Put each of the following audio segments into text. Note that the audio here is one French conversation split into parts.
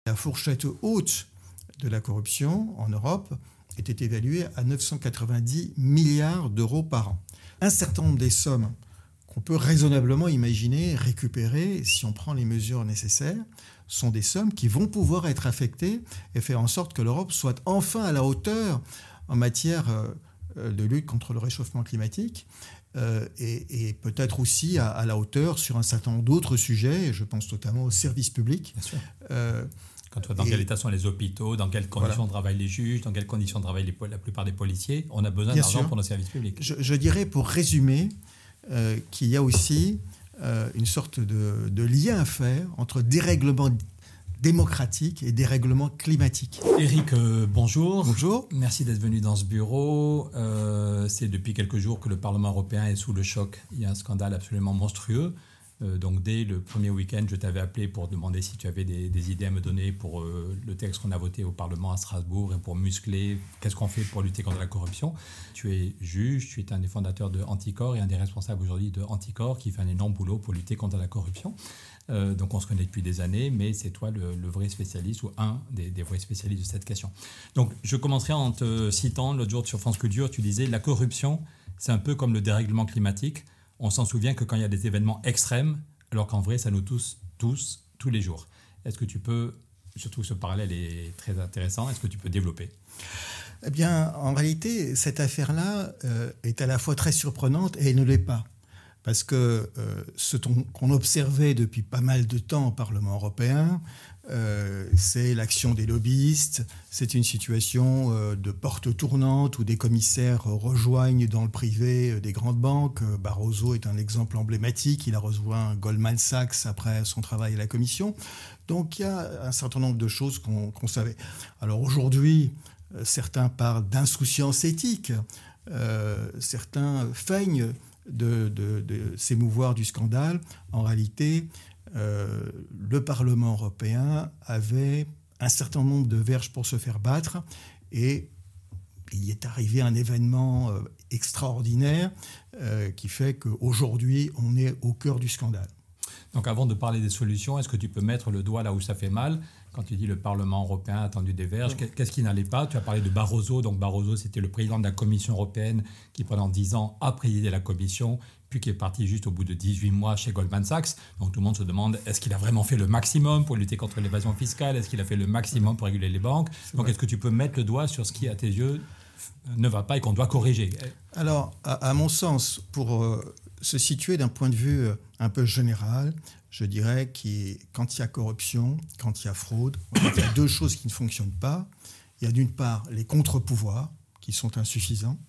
La fourchette haute de la corruption en Europe était évaluée à 990 milliards d'euros par an. Un certain nombre des sommes qu'on peut raisonnablement imaginer récupérer si on prend les mesures nécessaires sont des sommes qui vont pouvoir être affectées et faire en sorte que l'Europe soit enfin à la hauteur en matière de lutte contre le réchauffement climatique et peut-être aussi à la hauteur sur un certain nombre d'autres sujets. Je pense notamment aux services publics. Bien sûr. Quand tu vois dans quel état sont les hôpitaux, dans quelles conditions travaillent les juges, dans quelles conditions travaillent la plupart des policiers, on a besoin d'argent pour nos services publics. Je dirais, pour résumer, qu'il y a aussi une sorte de lien à faire entre dérèglement démocratique et dérèglement climatique. Éric, bonjour. Bonjour. Merci d'être venu dans ce bureau. C'est depuis quelques jours que le Parlement européen est sous le choc. Il y a un scandale absolument monstrueux. Donc dès le premier week-end, je t'avais appelé pour demander si tu avais des idées à me donner pour le texte qu'on a voté au Parlement à Strasbourg et pour muscler qu'est-ce qu'on fait pour lutter contre la corruption. Tu es juge, tu es un des fondateurs de Anticor et un des responsables aujourd'hui de Anticor qui fait un énorme boulot pour lutter contre la corruption. Donc on se connaît depuis des années, mais c'est toi le vrai spécialiste ou un des vrais spécialistes de cette question. Donc je commencerai en te citant, l'autre jour sur France Culture, tu disais « La corruption, c'est un peu comme le dérèglement climatique. On s'en souvient que quand il y a des événements extrêmes, alors qu'en vrai, ça nous touche tous les jours. » Est-ce que tu peux, je trouve que ce parallèle est très intéressant, est-ce que tu peux développer ? Eh bien, en réalité, cette affaire-là est à la fois très surprenante et elle ne l'est pas. Parce que ce qu'on observait depuis pas mal de temps au Parlement européen, c'est l'action des lobbyistes, c'est une situation de porte tournante où des commissaires rejoignent dans le privé des grandes banques. Barroso est un exemple emblématique, il a rejoint Goldman Sachs après son travail à la Commission. Donc il y a un certain nombre de choses qu'on savait. Alors aujourd'hui, certains parlent d'insouciance éthique, certains feignent de s'émouvoir du scandale. En réalité, le Parlement européen avait un certain nombre de verges pour se faire battre et il est arrivé un événement extraordinaire qui fait qu'aujourd'hui, on est au cœur du scandale. Donc avant de parler des solutions, est-ce que tu peux mettre le doigt là où ça fait mal ? Quand tu dis le Parlement européen a tendu des verges, qu'est-ce qui n'allait pas ? Tu as parlé de Barroso. Donc Barroso, c'était le président de la Commission européenne qui, pendant 10 ans, a présidé la Commission, puis qui est parti juste au bout de 18 mois chez Goldman Sachs. Donc tout le monde se demande, est-ce qu'il a vraiment fait le maximum pour lutter contre l'évasion fiscale ? Est-ce qu'il a fait le maximum pour réguler les banques ? Donc est-ce que tu peux mettre le doigt sur ce qui, à tes yeux, ne va pas et qu'on doit corriger ? Alors, à mon sens, pour se situer d'un point de vue un peu général, je dirais que quand il y a corruption, quand il y a fraude, il y a deux choses qui ne fonctionnent pas. Il y a d'une part les contre-pouvoirs qui sont insuffisants.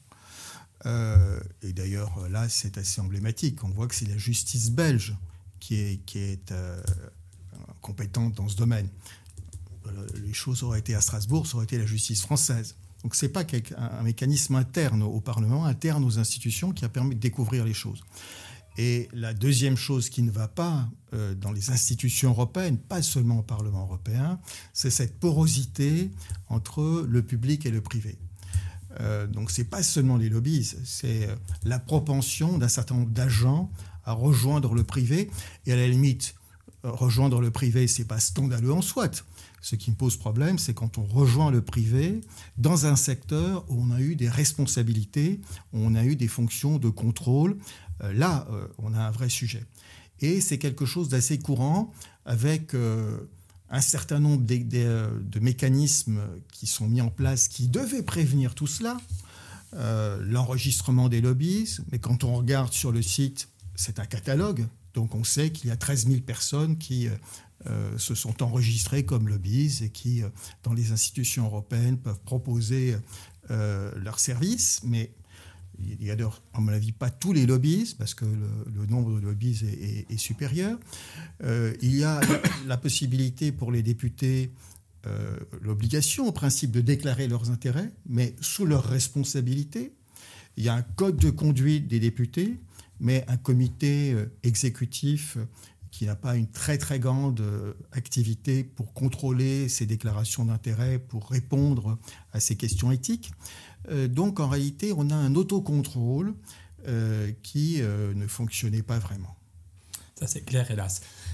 Et d'ailleurs, là, c'est assez emblématique. On voit que c'est la justice belge qui est compétente dans ce domaine. Les choses auraient été à Strasbourg, ça aurait été la justice française. Donc ce n'est pas un mécanisme interne au Parlement, interne aux institutions qui a permis de découvrir les choses. Et la deuxième chose qui ne va pas dans les institutions européennes, pas seulement au Parlement européen, c'est cette porosité entre le public et le privé. Donc ce n'est pas seulement les lobbies, c'est la propension d'un certain nombre d'agents à rejoindre le privé. Et à la limite, rejoindre le privé, ce n'est pas scandaleux en soi. Ce qui me pose problème, c'est quand on rejoint le privé dans un secteur où on a eu des responsabilités, où on a eu des fonctions de contrôle. Là, on a un vrai sujet. Et c'est quelque chose d'assez courant avec un certain nombre de mécanismes qui sont mis en place qui devaient prévenir tout cela. L'enregistrement des lobbies, mais quand on regarde sur le site, c'est un catalogue. Donc on sait qu'il y a 13 000 personnes qui se sont enregistrées comme lobbies et qui, dans les institutions européennes, peuvent proposer leurs services. Mais il y a d'ailleurs, à mon avis, pas tous les lobbies, parce que le nombre de lobbies est supérieur. Il y a la possibilité pour les députés, l'obligation au principe de déclarer leurs intérêts, mais sous leur responsabilité. Il y a un code de conduite des députés, mais un comité exécutif qui n'a pas une très très grande activité pour contrôler ces déclarations d'intérêt, pour répondre à ces questions éthiques. Donc en réalité, on a un autocontrôle qui ne fonctionnait pas vraiment. Ça c'est clair, hélas.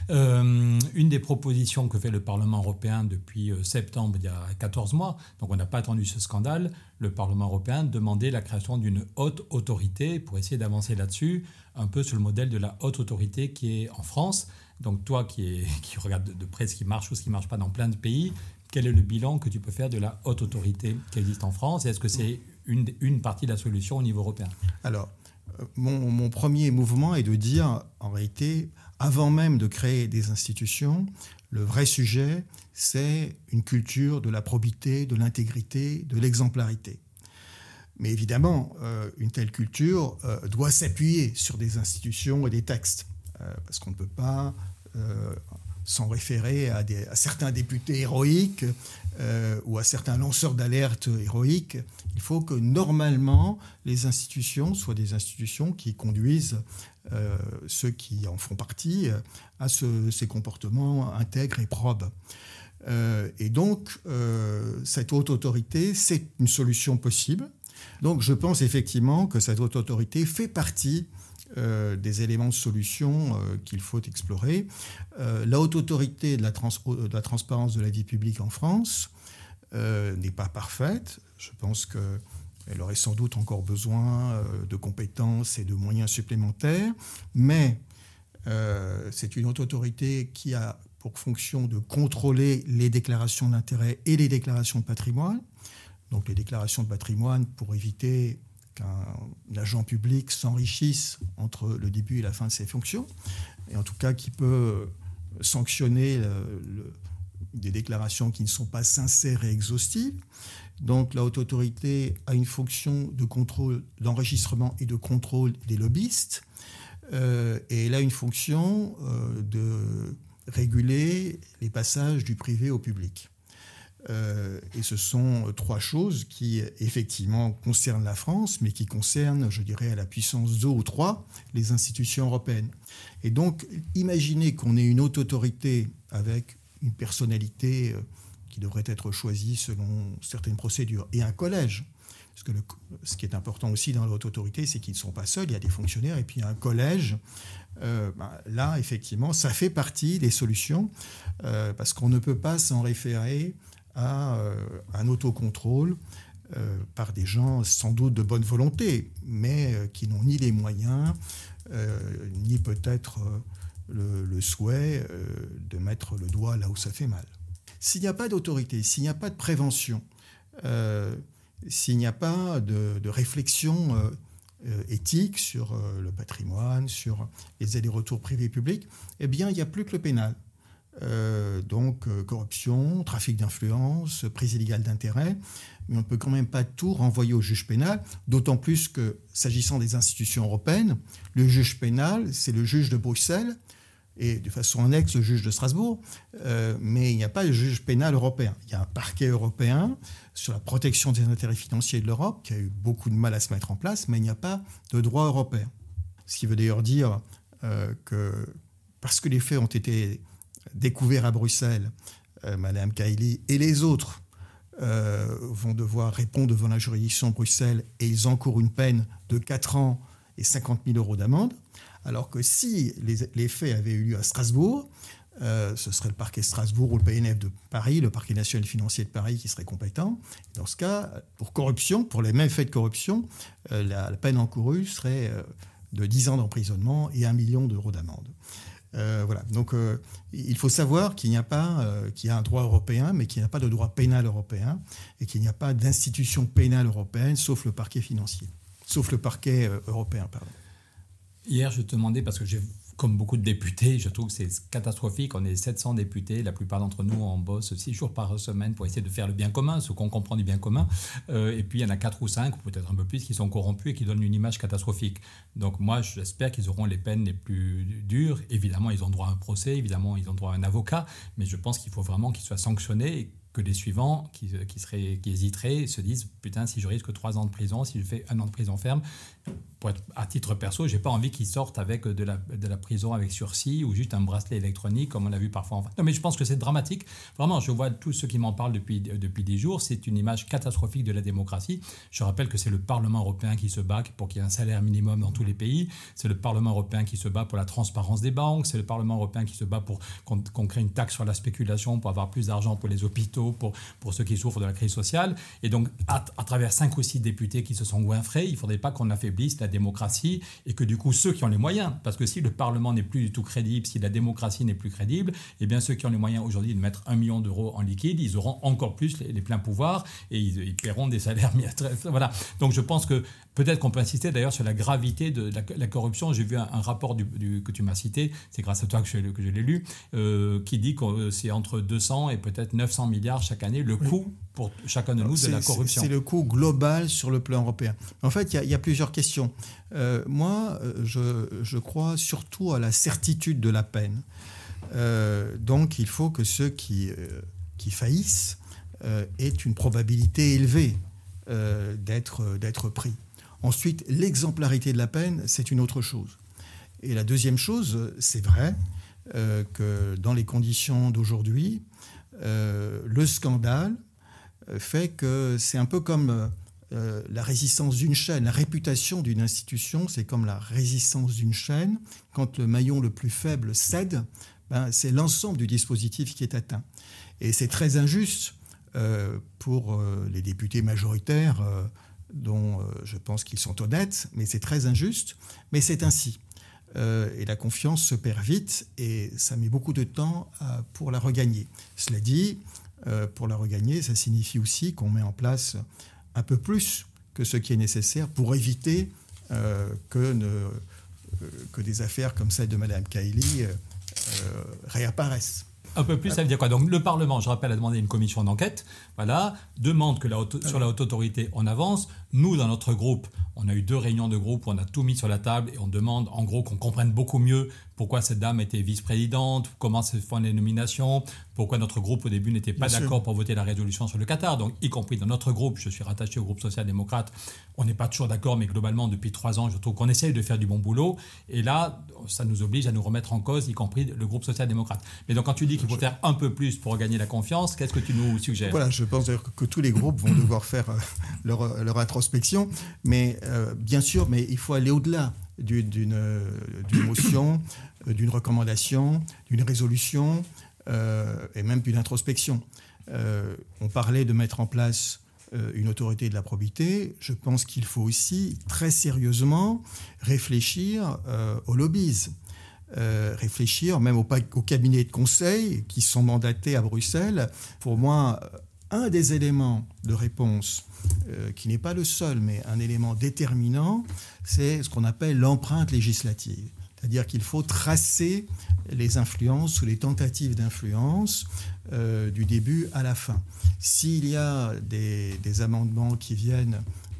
Une des propositions que fait le Parlement européen depuis septembre, il y a 14 mois, donc on n'a pas attendu ce scandale, le Parlement européen demandait la création d'une haute autorité pour essayer d'avancer là-dessus, un peu sur le modèle de la haute autorité qui est en France. Donc toi qui regarde de près ce qui marche ou ce qui ne marche pas dans plein de pays, quel est le bilan que tu peux faire de la haute autorité qui existe en France? Et est-ce que c'est une partie de la solution au niveau européen? Alors, mon premier mouvement est de dire, en réalité, avant même de créer des institutions, le vrai sujet, c'est une culture de la probité, de l'intégrité, de l'exemplarité. Mais évidemment, une telle culture doit s'appuyer sur des institutions et des textes, parce qu'on ne peut pas s'en référer à certains députés héroïques ou à certains lanceurs d'alerte héroïques. Il faut que normalement les institutions soient des institutions qui conduisent ceux qui en font partie à ces comportements intègres et probes. Et donc, cette haute autorité, c'est une solution possible. Donc, je pense effectivement que cette haute autorité fait partie des éléments de solution qu'il faut explorer. La haute autorité de la transparence de la vie publique en France n'est pas parfaite. Je pense qu'elle aurait sans doute encore besoin de compétences et de moyens supplémentaires, mais c'est une haute autorité qui a pour fonction de contrôler les déclarations d'intérêt et les déclarations de patrimoine. Donc les déclarations de patrimoine pour éviter qu'un agent public s'enrichisse entre le début et la fin de ses fonctions, et en tout cas qui peut sanctionner des déclarations qui ne sont pas sincères et exhaustives. Donc la haute autorité a une fonction de contrôle, d'enregistrement et de contrôle des lobbyistes, et elle a une fonction de réguler les passages du privé au public. Et ce sont trois choses qui, effectivement, concernent la France, mais qui concernent, je dirais, à la puissance 2 ou 3, les institutions européennes. Et donc, imaginez qu'on ait une haute autorité avec une personnalité qui devrait être choisie selon certaines procédures, et un collège. Parce que ce qui est important aussi dans la haute autorité, c'est qu'ils ne sont pas seuls, il y a des fonctionnaires, et puis il y a un collège. Là, effectivement, ça fait partie des solutions, parce qu'on ne peut pas s'en référer à un autocontrôle par des gens sans doute de bonne volonté, mais qui n'ont ni les moyens, ni peut-être le souhait de mettre le doigt là où ça fait mal. S'il n'y a pas d'autorité, s'il n'y a pas de prévention, s'il n'y a pas de réflexion éthique sur le patrimoine, sur les allers-retours privés-publics, eh bien, il n'y a plus que le pénal. Donc corruption, trafic d'influence, prise illégale d'intérêt, mais on ne peut quand même pas tout renvoyer au juge pénal, d'autant plus que, s'agissant des institutions européennes, le juge pénal, c'est le juge de Bruxelles, et de façon annexe, le juge de Strasbourg, mais il n'y a pas de juge pénal européen. Il y a un parquet européen sur la protection des intérêts financiers de l'Europe, qui a eu beaucoup de mal à se mettre en place, mais il n'y a pas de droit européen. Ce qui veut d'ailleurs dire que, parce que les faits ont été découvert à Bruxelles, Mme Kaili et les autres vont devoir répondre devant la juridiction de Bruxelles, et ils encourent une peine de 4 ans et 50 000 euros d'amende, alors que si les faits avaient eu lieu à Strasbourg, ce serait le parquet de Strasbourg ou le PNF de Paris, le parquet national financier de Paris qui serait compétent. Dans ce cas, pour corruption, pour les mêmes faits de corruption, la peine encourue serait de 10 ans d'emprisonnement et 1 million d'euros d'amende. Voilà. Donc, il faut savoir qu'il n'y a pas, qu'il y a un droit européen, mais qu'il n'y a pas de droit pénal européen, et qu'il n'y a pas d'institution pénale européenne, sauf le parquet financier, sauf le parquet européen, pardon. Hier, je te demandais, parce que comme beaucoup de députés, je trouve que c'est catastrophique. On est 700 députés, la plupart d'entre nous, on bosse 6 jours par semaine pour essayer de faire le bien commun, ce qu'on comprend du bien commun. Et puis, il y en a 4 ou 5, ou peut-être un peu plus, qui sont corrompus et qui donnent une image catastrophique. Donc moi, j'espère qu'ils auront les peines les plus dures. Évidemment, ils ont droit à un procès, évidemment, ils ont droit à un avocat, mais je pense qu'il faut vraiment qu'ils soient sanctionnés. Et que les suivants qui hésiteraient se disent « Putain, si je risque 3 ans de prison, si je fais 1 an de prison ferme, à titre perso, je n'ai pas envie qu'ils sortent avec de la prison avec sursis ou juste un bracelet électronique, comme on l'a vu parfois. Non, mais je pense que c'est dramatique. Vraiment, je vois tous ceux qui m'en parlent depuis 10 jours. C'est une image catastrophique de la démocratie. Je rappelle que c'est le Parlement européen qui se bat pour qu'il y ait un salaire minimum dans tous les pays. C'est le Parlement européen qui se bat pour la transparence des banques. C'est le Parlement européen qui se bat pour qu'on crée une taxe sur la spéculation, pour avoir plus d'argent pour les hôpitaux, pour ceux qui souffrent de la crise sociale. Et donc, à travers 5 ou 6 députés qui se sont goinfrés, il ne faudrait pas qu'on affaiblisse la démocratie et que du coup, ceux qui ont les moyens, parce que si le Parlement n'est plus du tout crédible, si la démocratie n'est plus crédible, eh bien ceux qui ont les moyens aujourd'hui de mettre 1 million d'euros en liquide, ils auront encore plus les pleins pouvoirs et ils paieront des salaires. Voilà. Donc je pense que peut-être qu'on peut insister d'ailleurs sur la gravité de la corruption. J'ai vu un rapport que tu m'as cité, c'est grâce à toi que je l'ai lu, qui dit que c'est entre 200 et peut-être 900 milliards chaque année le coût pour chacun de nous de la corruption. C'est le coût global sur le plan européen. En fait, il y a plusieurs questions. Moi, je crois surtout à la certitude de la peine. Donc, il faut que ceux qui faillissent aient une probabilité élevée d'être pris. Ensuite, l'exemplarité de la peine, c'est une autre chose. Et la deuxième chose, c'est vrai que dans les conditions d'aujourd'hui, le scandale fait que c'est un peu comme la résistance d'une chaîne. La réputation d'une institution, c'est comme la résistance d'une chaîne. Quand le maillon le plus faible cède, c'est l'ensemble du dispositif qui est atteint. Et c'est très injuste pour les députés majoritaires, dont je pense qu'ils sont honnêtes, mais c'est très injuste, mais c'est ainsi. Et la confiance se perd vite et ça met beaucoup de temps pour la regagner. Cela dit, pour la regagner, ça signifie aussi qu'on met en place un peu plus que ce qui est nécessaire pour éviter que des affaires comme celle de Mme Kaili réapparaissent. Un peu plus, ça veut dire quoi? Donc le Parlement, je rappelle, a demandé une commission d'enquête, demande que sur la haute autorité, on avance. Nous, dans notre groupe, on a eu 2 réunions de groupe où on a tout mis sur la table et on demande en gros qu'on comprenne beaucoup mieux pourquoi cette dame était vice-présidente, comment se font les nominations, pourquoi notre groupe au début n'était pas d'accord pour voter la résolution sur le Qatar. Donc y compris dans notre groupe, je suis rattaché au groupe social-démocrate, on n'est pas toujours d'accord, mais globalement depuis 3 ans, je trouve qu'on essaye de faire du bon boulot. Et là, ça nous oblige à nous remettre en cause, y compris le groupe social-démocrate. Mais donc quand tu dis qu'il faut faire un peu plus pour regagner la confiance, qu'est-ce que tu nous suggères? Voilà, je pense d'ailleurs que tous les groupes vont devoir faire leur introspection, mais bien sûr, mais il faut aller au-delà d'une motion, d'une recommandation, d'une résolution et même d'une introspection. On parlait de mettre en place une autorité de la probité. Je pense qu'il faut aussi très sérieusement réfléchir au lobbyisme. Réfléchir même aux cabinets de conseil qui sont mandatés à Bruxelles. Pour moi, un des éléments de réponse, qui n'est pas le seul, mais un élément déterminant, c'est ce qu'on appelle l'empreinte législative. C'est-à-dire qu'il faut tracer les influences ou les tentatives d'influence du début à la fin. S'il y a des amendements qui viennent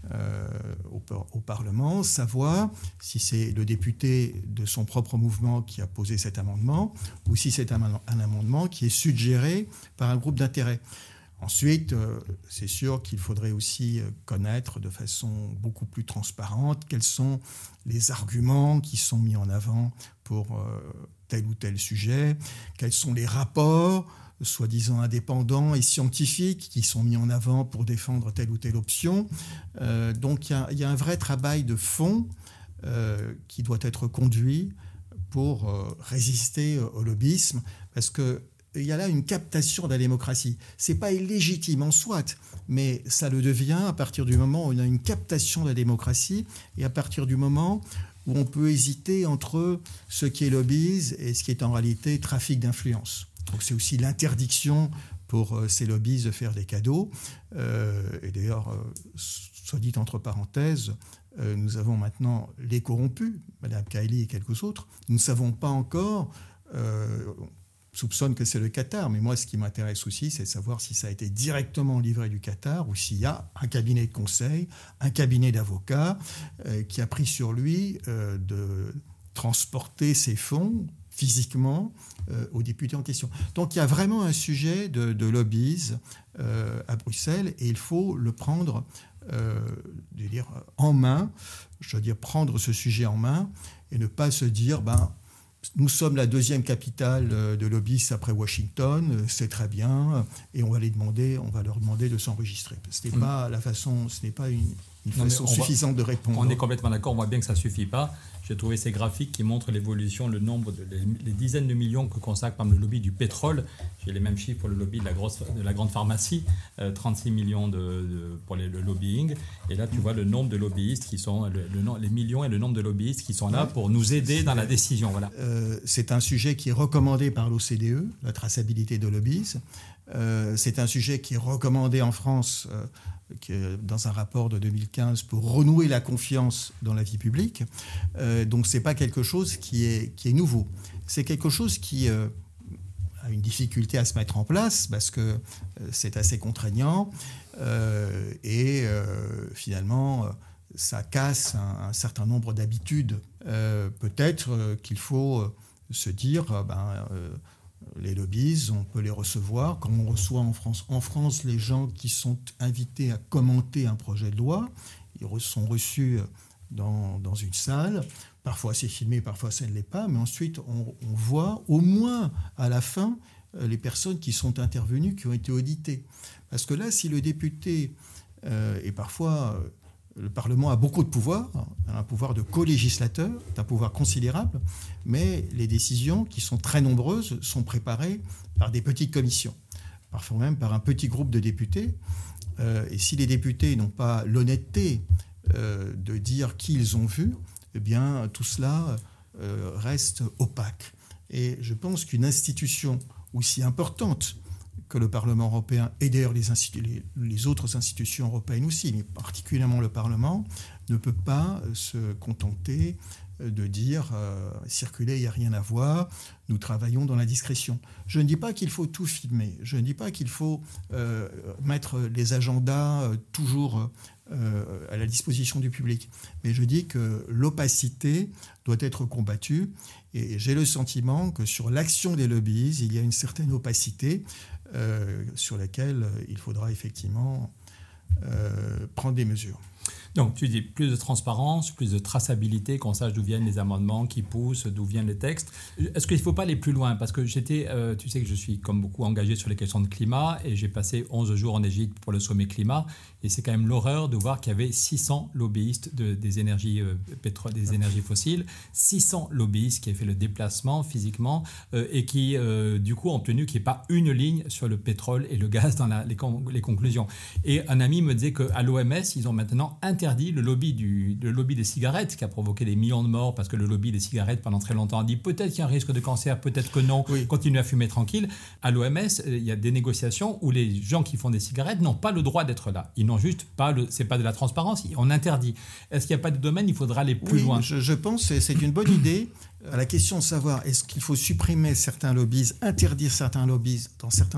au Parlement, savoir si c'est le député de son propre mouvement qui a posé cet amendement ou si c'est un amendement qui est suggéré par un groupe d'intérêt. Ensuite, c'est sûr qu'il faudrait aussi connaître de façon beaucoup plus transparente quels sont les arguments qui sont mis en avant pour tel ou tel sujet, quels sont les rapports soi-disant indépendants et scientifiques qui sont mis en avant pour défendre telle ou telle option. Donc il y a un vrai travail de fond qui doit être conduit pour résister au lobbyisme, parce que il y a là une captation de la démocratie. Ce n'est pas illégitime en soi, mais ça le devient à partir du moment où on a une captation de la démocratie et à partir du moment où on peut hésiter entre ce qui est lobbyisme et ce qui est en réalité trafic d'influence. Donc c'est aussi l'interdiction pour ces lobbies de faire des cadeaux. Et d'ailleurs, soit dit entre parenthèses, nous avons maintenant les corrompus, Mme Kaili et quelques autres. Nous ne savons pas encore... soupçonne que c'est le Qatar, mais moi, ce qui m'intéresse aussi, c'est de savoir si ça a été directement livré du Qatar ou s'il y a un cabinet de conseil, un cabinet d'avocats qui a pris sur lui de transporter ces fonds physiquement aux députés en question. Donc il y a vraiment un sujet de lobbyisme à Bruxelles et il faut le prendre en main, je veux dire prendre ce sujet en main et ne pas se dire nous sommes la deuxième capitale de lobbyistes après Washington, c'est très bien, et on va leur demander de s'enregistrer. Ce n'est pas la façon, ce n'est pas une façon suffisante de répondre. On est complètement d'accord, on voit bien que ça ne suffit pas. J'ai trouvé ces graphiques qui montrent l'évolution, le nombre, les dizaines de millions que consacre par exemple, le lobby du pétrole. J'ai les mêmes chiffres pour le lobby de la grande pharmacie, 36 millions pour le lobbying. Et là, tu vois le nombre de lobbyistes qui sont, les millions et le nombre de lobbyistes qui sont là pour nous aider dans la décision. Voilà. C'est un sujet qui est recommandé par l'OCDE, la traçabilité de lobbyisme. C'est un sujet qui est recommandé en France dans un rapport de 2015 pour renouer la confiance dans la vie publique. Donc ce n'est pas quelque chose qui est nouveau. C'est quelque chose qui a une difficulté à se mettre en place parce que c'est assez contraignant et finalement ça casse un certain nombre d'habitudes. Peut-être qu'il faut se dire les lobbies, on peut les recevoir comme on reçoit en France. En France, les gens qui sont invités à commenter un projet de loi, ils sont reçus dans une salle. Parfois, c'est filmé, parfois, ça ne l'est pas. Mais ensuite, on voit au moins à la fin les personnes qui sont intervenues, qui ont été auditées. Parce que là, si le député, et parfois... Le Parlement a beaucoup de pouvoir, un pouvoir de co-législateur, un pouvoir considérable, mais les décisions, qui sont très nombreuses, sont préparées par des petites commissions, parfois même par un petit groupe de députés. Et si les députés n'ont pas l'honnêteté de dire qui ils ont vu, eh bien, tout cela reste opaque. Et je pense qu'une institution aussi importante que le Parlement européen, et d'ailleurs les autres institutions européennes aussi, mais particulièrement le Parlement, ne peut pas se contenter de dire circuler, il n'y a rien à voir, nous travaillons dans la discrétion. Je ne dis pas qu'il faut tout filmer, je ne dis pas qu'il faut mettre les agendas toujours à la disposition du public, mais je dis que l'opacité doit être combattue et j'ai le sentiment que sur l'action des lobbies, il y a une certaine opacité sur laquelle il faudra effectivement prendre des mesures. Donc, tu dis plus de transparence, plus de traçabilité, qu'on sache d'où viennent les amendements qui poussent, d'où viennent les textes. Est-ce qu'il ne faut pas aller plus loin ? Parce que tu sais que je suis comme beaucoup engagé sur les questions de climat et j'ai passé 11 jours en Égypte pour le sommet climat et c'est quand même l'horreur de voir qu'il y avait 600 lobbyistes des énergies fossiles, 600 lobbyistes qui avaient fait le déplacement physiquement et qui, du coup, ont tenu qu'il n'y ait pas une ligne sur le pétrole et le gaz dans les conclusions. Et un ami me disait qu'à l'OMS, ils ont maintenant interdit le lobby des cigarettes qui a provoqué des millions de morts parce que le lobby des cigarettes pendant très longtemps a dit peut-être qu'il y a un risque de cancer, peut-être que non, oui. Continuez à fumer tranquille. À l'OMS, il y a des négociations où les gens qui font des cigarettes n'ont pas le droit d'être là. Ils n'ont juste pas c'est pas de la transparence, on interdit. Est-ce qu'il n'y a pas de domaine, il faudra aller plus loin ? Je pense que c'est une bonne idée. À la question de savoir est-ce qu'il faut supprimer certains lobbies, interdire certains lobbies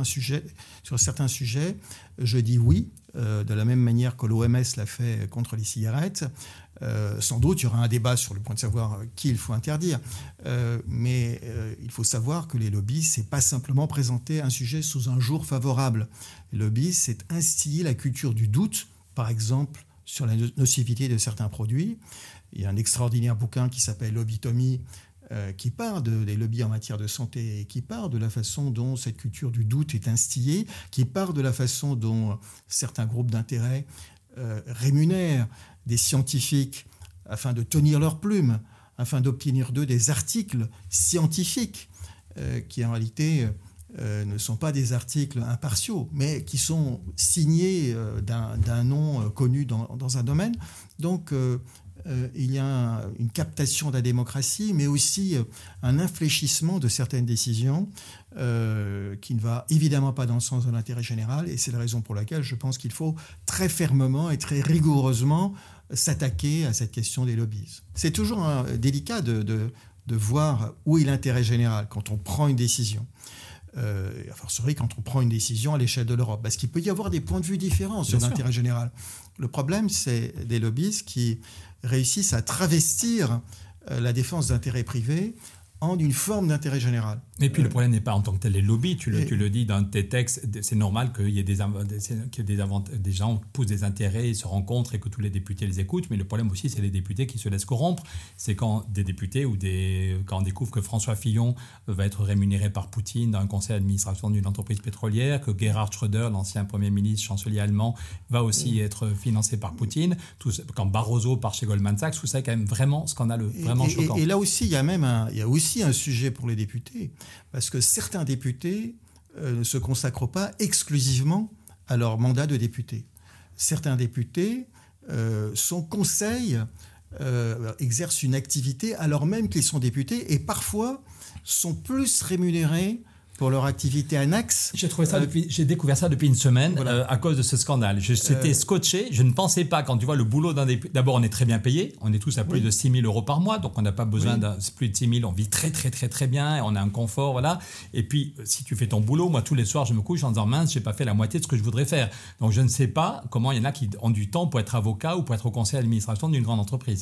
sur certains sujets, je dis oui, de la même manière que l'OMS l'a fait contre les cigarettes. Sans doute, il y aura un débat sur le point de savoir qui il faut interdire. Mais il faut savoir que les lobbies, ce n'est pas simplement présenter un sujet sous un jour favorable. Les lobbies, c'est instiller la culture du doute, par exemple, sur la nocivité de certains produits. Il y a un extraordinaire bouquin qui s'appelle Lobbytomie, qui part des lobbies en matière de santé et qui part de la façon dont cette culture du doute est instillée, qui part de la façon dont certains groupes d'intérêt rémunèrent des scientifiques afin de tenir leur plume, afin d'obtenir d'eux des articles scientifiques qui en réalité ne sont pas des articles impartiaux, mais qui sont signés d'un nom connu dans un domaine. Donc, il y a une captation de la démocratie, mais aussi un infléchissement de certaines décisions qui ne va évidemment pas dans le sens de l'intérêt général. Et c'est la raison pour laquelle je pense qu'il faut très fermement et très rigoureusement s'attaquer à cette question des lobbies. C'est toujours délicat de voir où est l'intérêt général quand on prend une décision. A fortiori quand on prend une décision à l'échelle de l'Europe, parce qu'il peut y avoir des points de vue différents sur l'intérêt général. Le problème, c'est des lobbies qui réussissent à travestir la défense d'intérêts privés en une forme d'intérêt général. Et puis le problème n'est pas en tant que tel les lobbies, tu le dis dans tes textes, c'est normal qu'il y ait des gens poussent des intérêts, ils se rencontrent et que tous les députés les écoutent, mais le problème aussi c'est les députés qui se laissent corrompre. C'est quand des députés quand on découvre que François Fillon va être rémunéré par Poutine dans un conseil d'administration d'une entreprise pétrolière, que Gerhard Schröder, l'ancien Premier ministre, chancelier allemand, va aussi être financé par Poutine, quand Barroso part chez Goldman Sachs, tout ça est quand même vraiment scandaleux, vraiment choquant. Et là aussi, il y a aussi un sujet pour les députés, parce que certains députés ne se consacrent pas exclusivement à leur mandat de député. Certains députés sont conseils, exercent une activité alors même qu'ils sont députés et parfois sont plus rémunérés pour leur activité annexe. J'ai découvert ça depuis une semaine à cause de ce scandale. J'étais scotché. Je ne pensais pas, quand tu vois le boulot d'un député... D'abord, on est très bien payé. On est tous à plus de 6 000 euros par mois. Donc, on n'a pas besoin de plus de 6 000. On vit très, très, très, très bien. On a un confort, voilà. Et puis, si tu fais ton boulot, moi, tous les soirs, je me couche en disant, mince, je n'ai pas fait la moitié de ce que je voudrais faire. Donc, je ne sais pas comment il y en a qui ont du temps pour être avocat ou pour être au conseil d'administration d'une grande entreprise.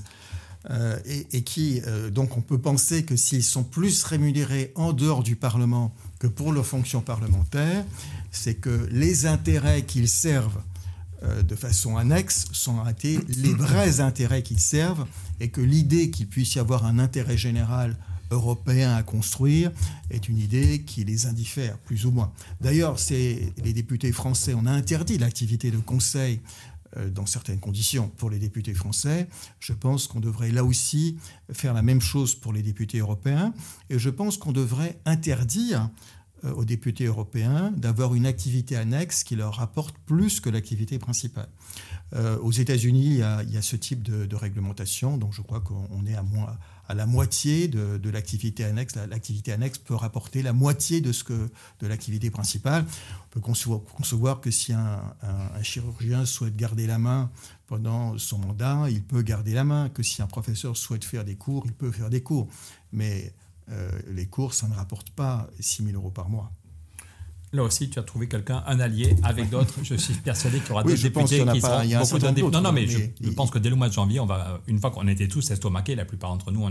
Donc on peut penser que s'ils sont plus rémunérés en dehors du Parlement que pour leur fonction parlementaire, c'est que les intérêts qu'ils servent de façon annexe sont les vrais intérêts qu'ils servent et que l'idée qu'il puisse y avoir un intérêt général européen à construire est une idée qui les indiffère, plus ou moins. D'ailleurs, les députés français, on a interdit l'activité de conseil dans certaines conditions pour les députés français. Je pense qu'on devrait là aussi faire la même chose pour les députés européens et je pense qu'on devrait interdire aux députés européens d'avoir une activité annexe qui leur rapporte plus que l'activité principale. Aux États-Unis, il y a ce type de réglementation, donc je crois qu'on est à la moitié de l'activité annexe. L'activité annexe peut rapporter la moitié de l'activité principale. On peut concevoir que si un chirurgien souhaite garder la main pendant son mandat, il peut garder la main, que si un professeur souhaite faire des cours, il peut faire des cours. Mais les cours, ça ne rapporte pas 6 000 euros par mois. Là aussi, tu as trouvé un allié avec d'autres. Je suis persuadé qu'il y aura d'autres députés qui seront beaucoup d'indépendants. Non, mais je pense que dès le mois de janvier, une fois qu'on était tous estomaqués, la plupart d'entre nous,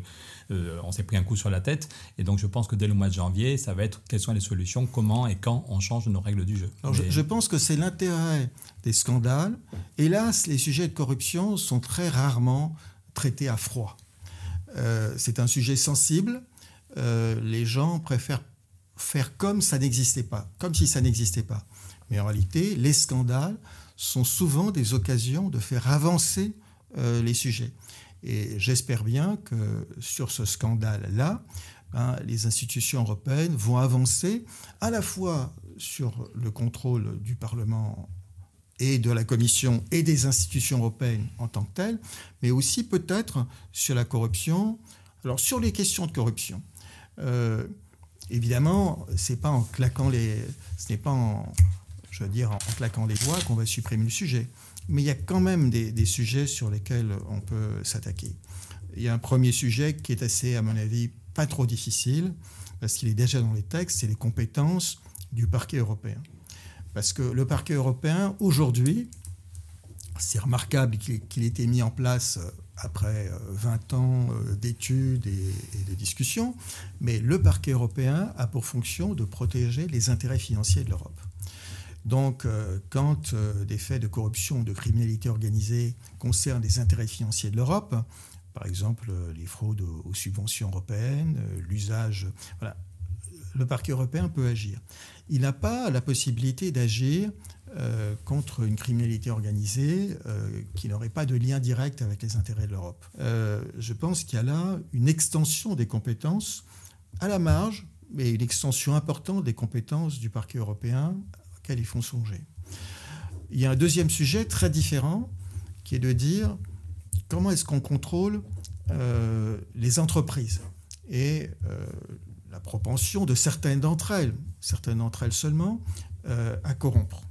on s'est pris un coup sur la tête. Et donc, je pense que dès le mois de janvier, ça va être quelles sont les solutions, comment et quand on change nos règles du jeu. Alors, je pense que c'est l'intérêt des scandales. Hélas, les sujets de corruption sont très rarement traités à froid. C'est un sujet sensible. Les gens préfèrent faire comme ça n'existait pas, comme si ça n'existait pas. Mais en réalité, les scandales sont souvent des occasions de faire avancer les sujets. Et j'espère bien que sur ce scandale-là, les institutions européennes vont avancer à la fois sur le contrôle du Parlement et de la Commission et des institutions européennes en tant que telles, mais aussi peut-être sur la corruption. Alors sur les questions de corruption, évidemment, ce n'est pas en claquant les doigts qu'on va supprimer le sujet. Mais il y a quand même des sujets sur lesquels on peut s'attaquer. Il y a un premier sujet qui est assez, à mon avis, pas trop difficile, parce qu'il est déjà dans les textes, c'est les compétences du parquet européen. Parce que le parquet européen, aujourd'hui, c'est remarquable qu'il ait été mis en place après 20 ans d'études et de discussions, mais le parquet européen a pour fonction de protéger les intérêts financiers de l'Europe. Donc, quand des faits de corruption ou de criminalité organisée concernent les intérêts financiers de l'Europe, par exemple les fraudes aux subventions européennes, l'usage... Voilà, le parquet européen peut agir. Il n'a pas la possibilité d'agir contre une criminalité organisée qui n'aurait pas de lien direct avec les intérêts de l'Europe. Je pense qu'il y a là une extension des compétences à la marge, mais une extension importante des compétences du parquet européen auxquelles ils font songer. Il y a un deuxième sujet très différent qui est de dire comment est-ce qu'on contrôle les entreprises et la propension de certaines d'entre elles seulement, à corrompre.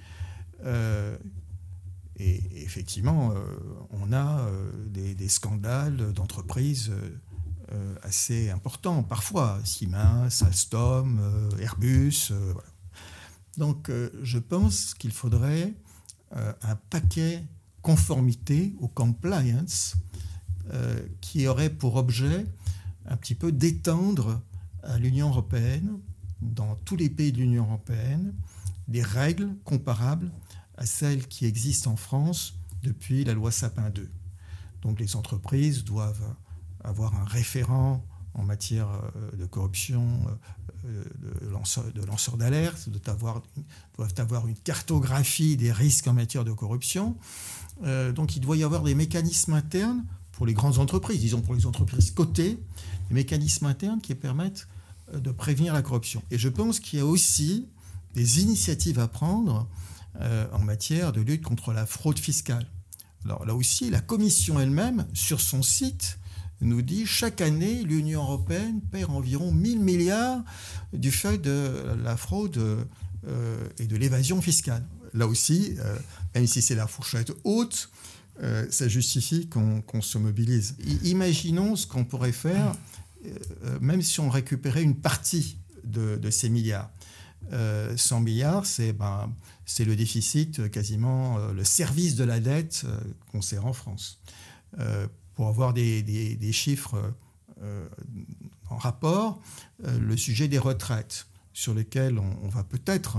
Et effectivement, on a des scandales d'entreprises assez importants, parfois Siemens, Alstom, Airbus. Voilà. Donc, je pense qu'il faudrait un paquet conformité ou compliance qui aurait pour objet un petit peu d'étendre à l'Union européenne, dans tous les pays de l'Union européenne, des règles comparables à celles qui existent en France depuis la loi Sapin II. Donc les entreprises doivent avoir un référent en matière de corruption, de lanceurs d'alerte, doivent avoir une cartographie des risques en matière de corruption. Donc il doit y avoir des mécanismes internes pour les grandes entreprises, disons pour les entreprises cotées, des mécanismes internes qui permettent de prévenir la corruption. Et je pense qu'il y a aussi des initiatives à prendre en matière de lutte contre la fraude fiscale. Alors là aussi, la Commission elle-même, sur son site, nous dit chaque année, l'Union européenne perd environ 1 000 milliards du fait de la fraude et de l'évasion fiscale. Là aussi, même si c'est la fourchette haute, ça justifie qu'on se mobilise. Imaginons ce qu'on pourrait faire, même si on récupérait une partie de ces milliards. 100 milliards, c'est le déficit, quasiment le service de la dette qu'on sert en France. Pour avoir des chiffres en rapport, le sujet des retraites, sur lesquels on va peut-être,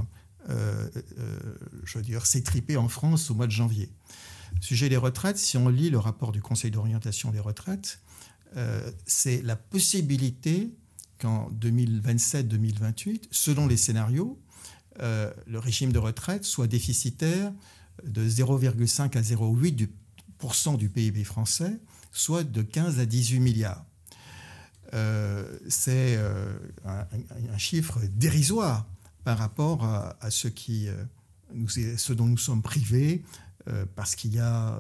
s'étriper en France au mois de janvier. Le sujet des retraites, si on lit le rapport du Conseil d'orientation des retraites, c'est la possibilité qu'en 2027-2028, selon les scénarios, le régime de retraite soit déficitaire de 0,5 à 0,8% du PIB français, soit de 15 à 18 milliards. C'est un chiffre dérisoire par rapport à ce dont nous sommes privés, parce qu'il y a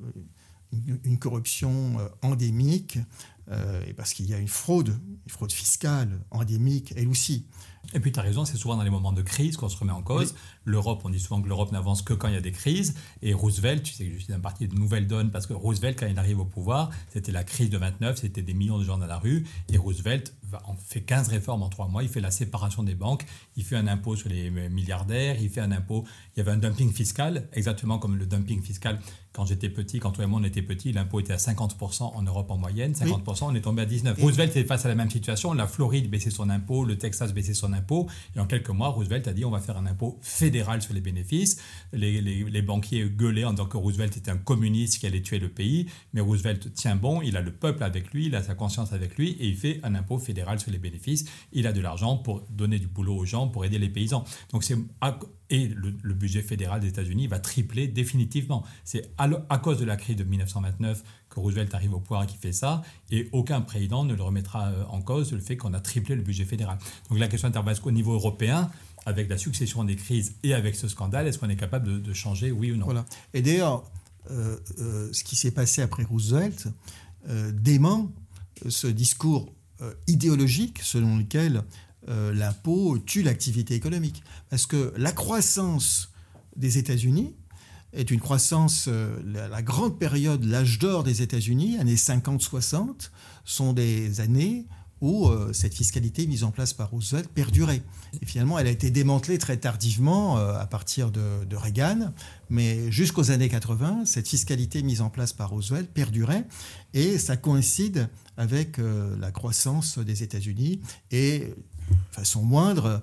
une corruption endémique et parce qu'il y a une fraude fiscale endémique, elle aussi. Et puis tu as raison, c'est souvent dans les moments de crise qu'on se remet en cause. Oui. L'Europe, on dit souvent que l'Europe n'avance que quand il y a des crises. Et Roosevelt, tu sais que je suis d'un parti de Nouvelle Donne, parce que Roosevelt, quand il arrive au pouvoir, c'était la crise de 29, c'était des millions de gens dans la rue. Et Roosevelt fait 15 réformes en 3 mois. Il fait la séparation des banques, il fait un impôt sur les milliardaires, il fait un impôt. Il y avait un dumping fiscal, exactement comme le dumping fiscal. Quand j'étais petit, quand toi et moi on était petits, l'impôt était à 50% en Europe en moyenne, 50%, oui. On est tombé à 19%. Oui. Roosevelt était face à la même situation, la Floride baissait son impôt, le Texas baissait son impôt, et en quelques mois, Roosevelt a dit on va faire un impôt fédéral sur les bénéfices. Les banquiers gueulaient en disant que Roosevelt était un communiste qui allait tuer le pays, mais Roosevelt tient bon, il a le peuple avec lui, il a sa conscience avec lui, et il fait un impôt fédéral sur les bénéfices. Il a de l'argent pour donner du boulot aux gens, pour aider les paysans. Donc et le budget fédéral des États-Unis va tripler définitivement. C'est à cause de la crise de 1929 que Roosevelt arrive au pouvoir et qui fait ça, et aucun président ne le remettra en cause, le fait qu'on a triplé le budget fédéral. Donc la question intervient au niveau européen, avec la succession des crises et avec ce scandale, est-ce qu'on est capable de changer, oui ou non ? Voilà. Et d'ailleurs, ce qui s'est passé après Roosevelt dément ce discours idéologique selon lequel l'impôt tue l'activité économique. Parce que la croissance des États-Unis est une croissance, la grande période, l'âge d'or des États-Unis, années 50-60, sont des années où cette fiscalité mise en place par Roosevelt perdurait. Et finalement, elle a été démantelée très tardivement à partir de Reagan, mais jusqu'aux années 80, cette fiscalité mise en place par Roosevelt perdurait, et ça coïncide avec la croissance des États-Unis. Et de façon moindre,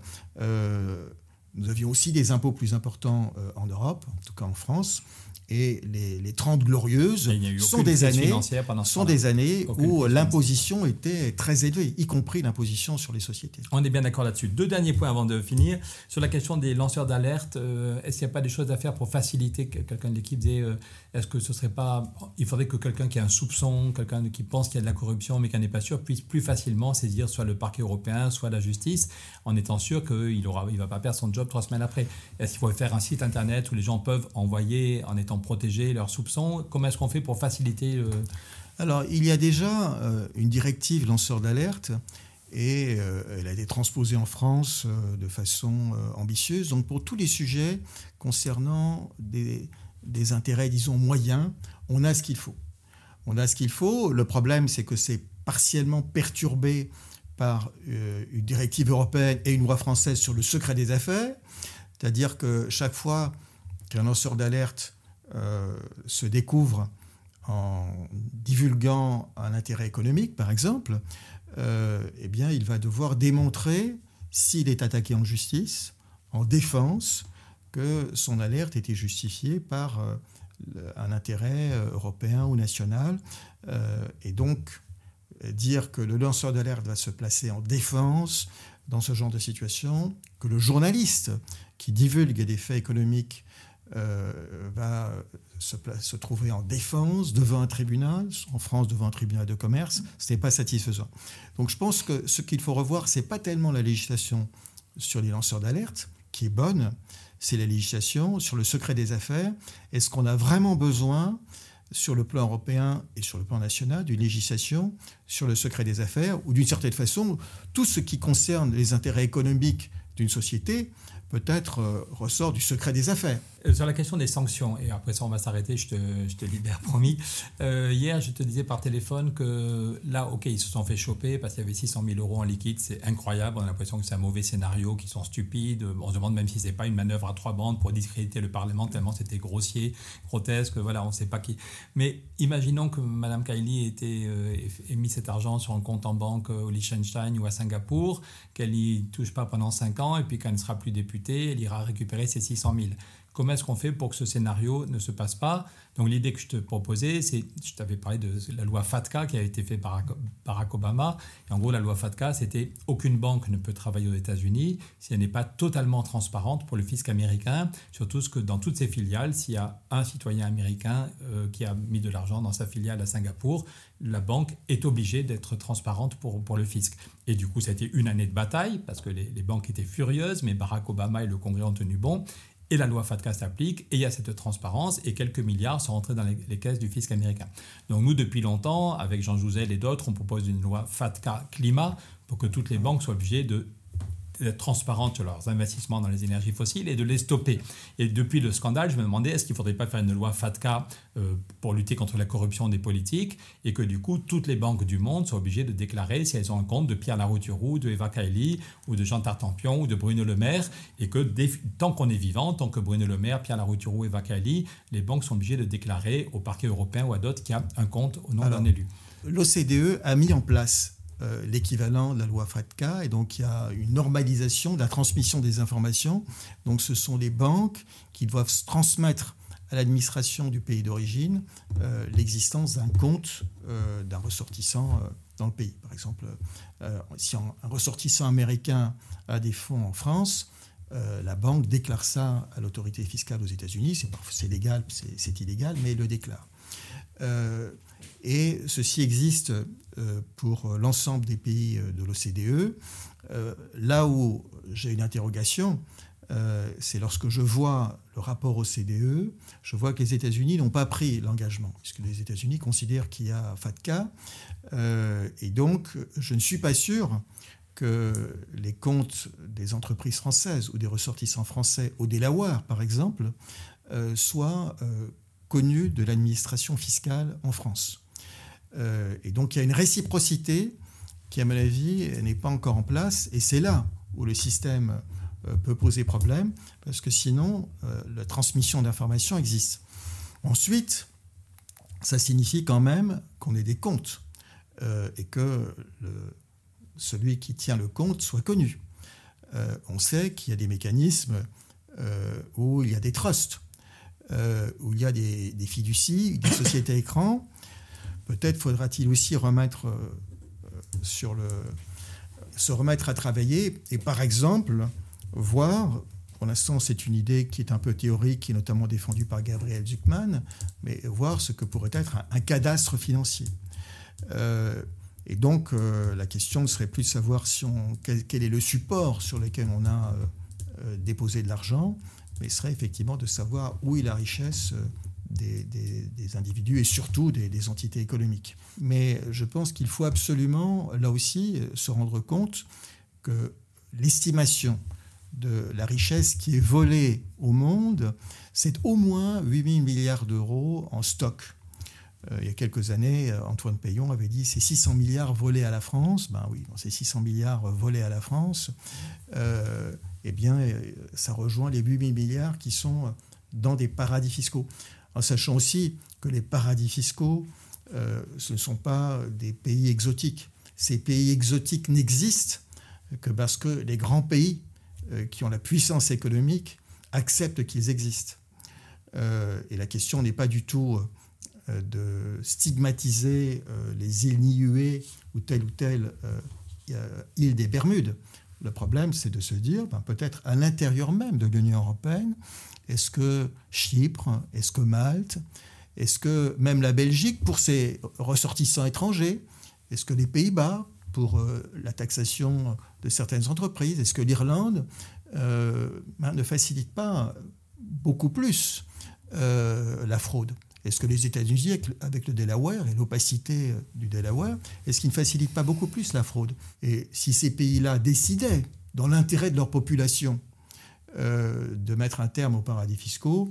nous avions aussi des impôts plus importants en Europe, en tout cas en France. Et les 30 glorieuses sont des années où l'imposition était très élevée, y compris l'imposition sur les sociétés. On est bien d'accord là-dessus. 2 derniers points avant de finir. Sur la question des lanceurs d'alerte, est-ce qu'il n'y a pas des choses à faire pour faciliter? Quelqu'un de l'équipe disait, est-ce que ce serait pas... Il faudrait que quelqu'un qui a un soupçon, quelqu'un qui pense qu'il y a de la corruption mais qui n'en est pas sûr, puisse plus facilement saisir soit le parquet européen, soit la justice, en étant sûr qu'il ne va pas perdre son job 3 semaines après. Est-ce qu'il faut faire un site internet où les gens peuvent envoyer, en étant protéger leurs soupçons? Comment est-ce qu'on fait pour faciliter Alors, il y a déjà une directive lanceur d'alerte et elle a été transposée en France de façon ambitieuse. Donc, pour tous les sujets concernant des intérêts, disons, moyens, on a ce qu'il faut. Le problème, c'est que c'est partiellement perturbé par une directive européenne et une loi française sur le secret des affaires. C'est-à-dire que chaque fois qu'un lanceur d'alerte se découvre en divulguant un intérêt économique, par exemple, eh bien, il va devoir démontrer, s'il est attaqué en justice, en défense, que son alerte était justifiée par un intérêt européen ou national. Et donc, dire que le lanceur d'alerte va se placer en défense dans ce genre de situation, que le journaliste qui divulgue des faits économiques va se trouver en défense devant un tribunal, en France devant un tribunal de commerce, ce n'est pas satisfaisant. Donc je pense que ce qu'il faut revoir, ce n'est pas tellement la législation sur les lanceurs d'alerte, qui est bonne, c'est la législation sur le secret des affaires. Est-ce qu'on a vraiment besoin, sur le plan européen et sur le plan national, d'une législation sur le secret des affaires, ou d'une certaine façon, tout ce qui concerne les intérêts économiques d'une société peut-être ressort du secret des affaires. Sur la question des sanctions, et après ça on va s'arrêter, je te libère, promis. Hier, je te disais par téléphone que là, ok, ils se sont fait choper parce qu'il y avait 600 000 euros en liquide, c'est incroyable, on a l'impression que c'est un mauvais scénario, qu'ils sont stupides, on se demande même si c'est pas une manœuvre à 3 bandes pour discréditer le Parlement, tellement c'était grossier, grotesque, voilà, on ne sait pas qui. Mais imaginons que Mme Kaili ait mis cet argent sur un compte en banque au Liechtenstein ou à Singapour, qu'elle n'y touche pas pendant 5 ans, et puis qu'elle ne sera plus députée, elle ira récupérer ses 600 000. Comment est-ce qu'on fait pour que ce scénario ne se passe pas? Donc l'idée que je te proposais, c'est, je t'avais parlé de la loi FATCA qui a été faite par Barack Obama. Et en gros, la loi FATCA, c'était aucune banque ne peut travailler aux États-Unis si elle n'est pas totalement transparente pour le fisc américain. Surtout que dans toutes ses filiales, s'il y a un citoyen américain qui a mis de l'argent dans sa filiale à Singapour, la banque est obligée d'être transparente pour le fisc. Et du coup, ça a été une année de bataille parce que les banques étaient furieuses, mais Barack Obama et le Congrès ont tenu bon. Et la loi FATCA s'applique, et il y a cette transparence, et quelques milliards sont rentrés dans les caisses du fisc américain. Donc nous, depuis longtemps, avec Jean Jouzel et d'autres, on propose une loi FATCA climat pour que toutes les banques soient obligées d'être transparentes sur leurs investissements dans les énergies fossiles et de les stopper. Et depuis le scandale, je me demandais, est-ce qu'il ne faudrait pas faire une loi FATCA pour lutter contre la corruption des politiques, et que du coup, toutes les banques du monde soient obligées de déclarer si elles ont un compte de Pierre Larouturou, de Eva Kaili, ou de Jean Tartampion, ou de Bruno Le Maire, et que tant qu'on est vivant, tant que Bruno Le Maire, Pierre Larouturou, Eva Kaili, les banques sont obligées de déclarer au parquet européen ou à d'autres qu'il y a un compte au nom d'un élu. L'OCDE a mis en place l'équivalent de la loi FATCA, et donc il y a une normalisation de la transmission des informations. Donc ce sont les banques qui doivent transmettre à l'administration du pays d'origine l'existence d'un compte d'un ressortissant dans le pays. Par exemple, si un ressortissant américain a des fonds en France, la banque déclare ça à l'autorité fiscale aux États-Unis. C'est légal, c'est illégal, mais il le déclare. Et ceci existe pour l'ensemble des pays de l'OCDE. Là où j'ai une interrogation, c'est lorsque je vois le rapport OCDE, je vois que les États-Unis n'ont pas pris l'engagement, puisque les États-Unis considèrent qu'il y a FATCA. Et donc, je ne suis pas sûr que les comptes des entreprises françaises ou des ressortissants français au Delaware, par exemple, soient connus de l'administration fiscale en France. Et donc, il y a une réciprocité qui, à mon avis, n'est pas encore en place. Et c'est là où le système peut poser problème, parce que sinon, la transmission d'informations existe. Ensuite, ça signifie quand même qu'on ait des comptes et que celui qui tient le compte soit connu. On sait qu'il y a des mécanismes où il y a des trusts, où il y a des fiducies, des sociétés à écran. Peut-être faudra-t-il aussi se remettre à travailler et, par exemple, voir, pour l'instant c'est une idée qui est un peu théorique, qui est notamment défendue par Gabriel Zucman, mais voir ce que pourrait être un cadastre financier. Et donc la question ne serait plus de savoir quel est le support sur lequel on a déposé de l'argent, mais serait effectivement de savoir où est la richesse des individus et surtout des entités économiques. Mais je pense qu'il faut absolument, là aussi, se rendre compte que l'estimation de la richesse qui est volée au monde, c'est au moins 8 000 milliards d'euros en stock. Il y a quelques années, Antoine Peillon avait dit « c'est 600 milliards volés à la France ». Ben oui, ces 600 milliards volés à la France, eh bien, ça rejoint les 8 000 milliards qui sont dans des paradis fiscaux. En sachant aussi que les paradis fiscaux, ce ne sont pas des pays exotiques. ces pays exotiques n'existent que parce que les grands pays qui ont la puissance économique acceptent qu'ils existent. Et la question n'est pas du tout de stigmatiser les îles Niue ou telle île des Bermudes. Le problème, c'est de se dire, peut-être à l'intérieur même de l'Union européenne, est-ce que Chypre, est-ce que Malte, est-ce que même la Belgique pour ses ressortissants étrangers, est-ce que les Pays-Bas pour la taxation de certaines entreprises, est-ce que l'Irlande ne facilite pas beaucoup plus la fraude? Est-ce que les États-Unis, avec le Delaware et l'opacité du Delaware, est-ce qu'ils ne facilitent pas beaucoup plus la fraude? Et si ces pays-là décidaient, dans l'intérêt de leur population, de mettre un terme aux paradis fiscaux,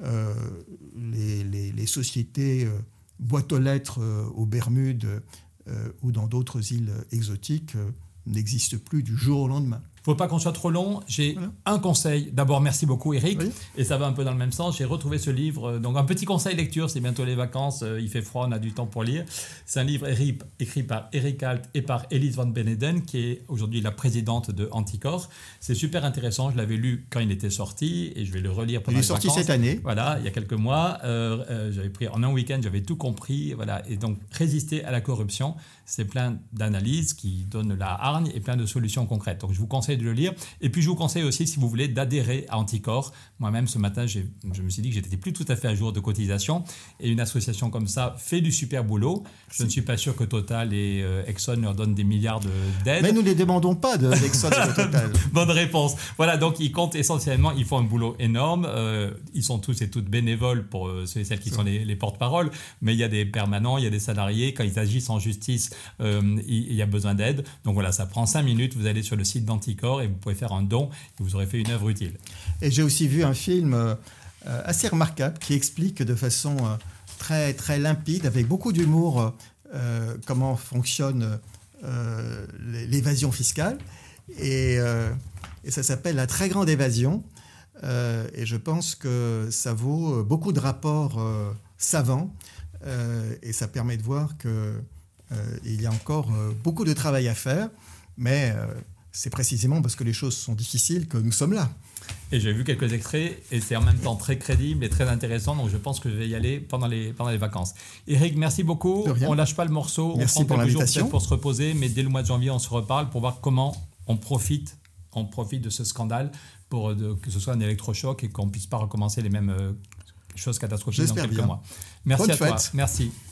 les sociétés boîtes aux lettres aux Bermudes ou dans d'autres îles exotiques n'existent plus du jour au lendemain. Il ne faut pas qu'on soit trop long. J'ai un conseil. D'abord, merci beaucoup, Eric. Oui. Et ça va un peu dans le même sens. J'ai retrouvé ce livre. Donc, un petit conseil lecture. C'est bientôt les vacances. Il fait froid. On a du temps pour lire. C'est un livre écrit par Eric Alt et par Elise Van Beneden, qui est aujourd'hui la présidente de Anticor. C'est super intéressant. Je l'avais lu quand il était sorti et je vais le relire pendant les vacances. Il est sorti cette année. Voilà, il y a quelques mois. J'avais pris en un week-end, j'avais tout compris. Voilà. Et donc, résister à la corruption, c'est plein d'analyses qui donnent la hargne et plein de solutions concrètes. Donc, je vous conseille de le lire. Et puis, je vous conseille aussi, si vous voulez, d'adhérer à Anticor. Moi-même, ce matin, je me suis dit que j'étais plus tout à fait à jour de cotisation. Et une association comme ça fait du super boulot. Je ne suis pas sûr que Total et Exxon leur donnent des milliards d'aides. Mais nous ne les demandons pas d'Exxon et de Total. Bonne réponse. Voilà, donc ils comptent essentiellement, ils font un boulot énorme. Ils sont tous et toutes bénévoles pour ceux et celles qui sont les porte-parole. Mais il y a des permanents, il y a des salariés. Quand ils agissent en justice, il y a besoin d'aide. Donc voilà, ça prend 5 minutes. Vous allez sur le site d'Anticor et vous pouvez faire un don et vous aurez fait une œuvre utile. Et j'ai aussi vu un film assez remarquable qui explique de façon très, très limpide, avec beaucoup d'humour, comment fonctionne l'évasion fiscale. Et ça s'appelle La très grande évasion. Et je pense que ça vaut beaucoup de rapports savants. Et ça permet de voir qu'il y a encore beaucoup de travail à faire. Mais c'est précisément parce que les choses sont difficiles que nous sommes là. Et j'ai vu quelques extraits et c'est en même temps très crédible et très intéressant. Donc je pense que je vais y aller pendant les vacances. Eric, merci beaucoup. On lâche pas le morceau. Merci on prend pour l'invitation. Jours pour se reposer, mais dès le mois de janvier, on se reparle pour voir comment on profite de ce scandale pour que ce soit un électrochoc et qu'on ne puisse pas recommencer les mêmes choses catastrophiques dans quelques mois. Merci à toi. Merci.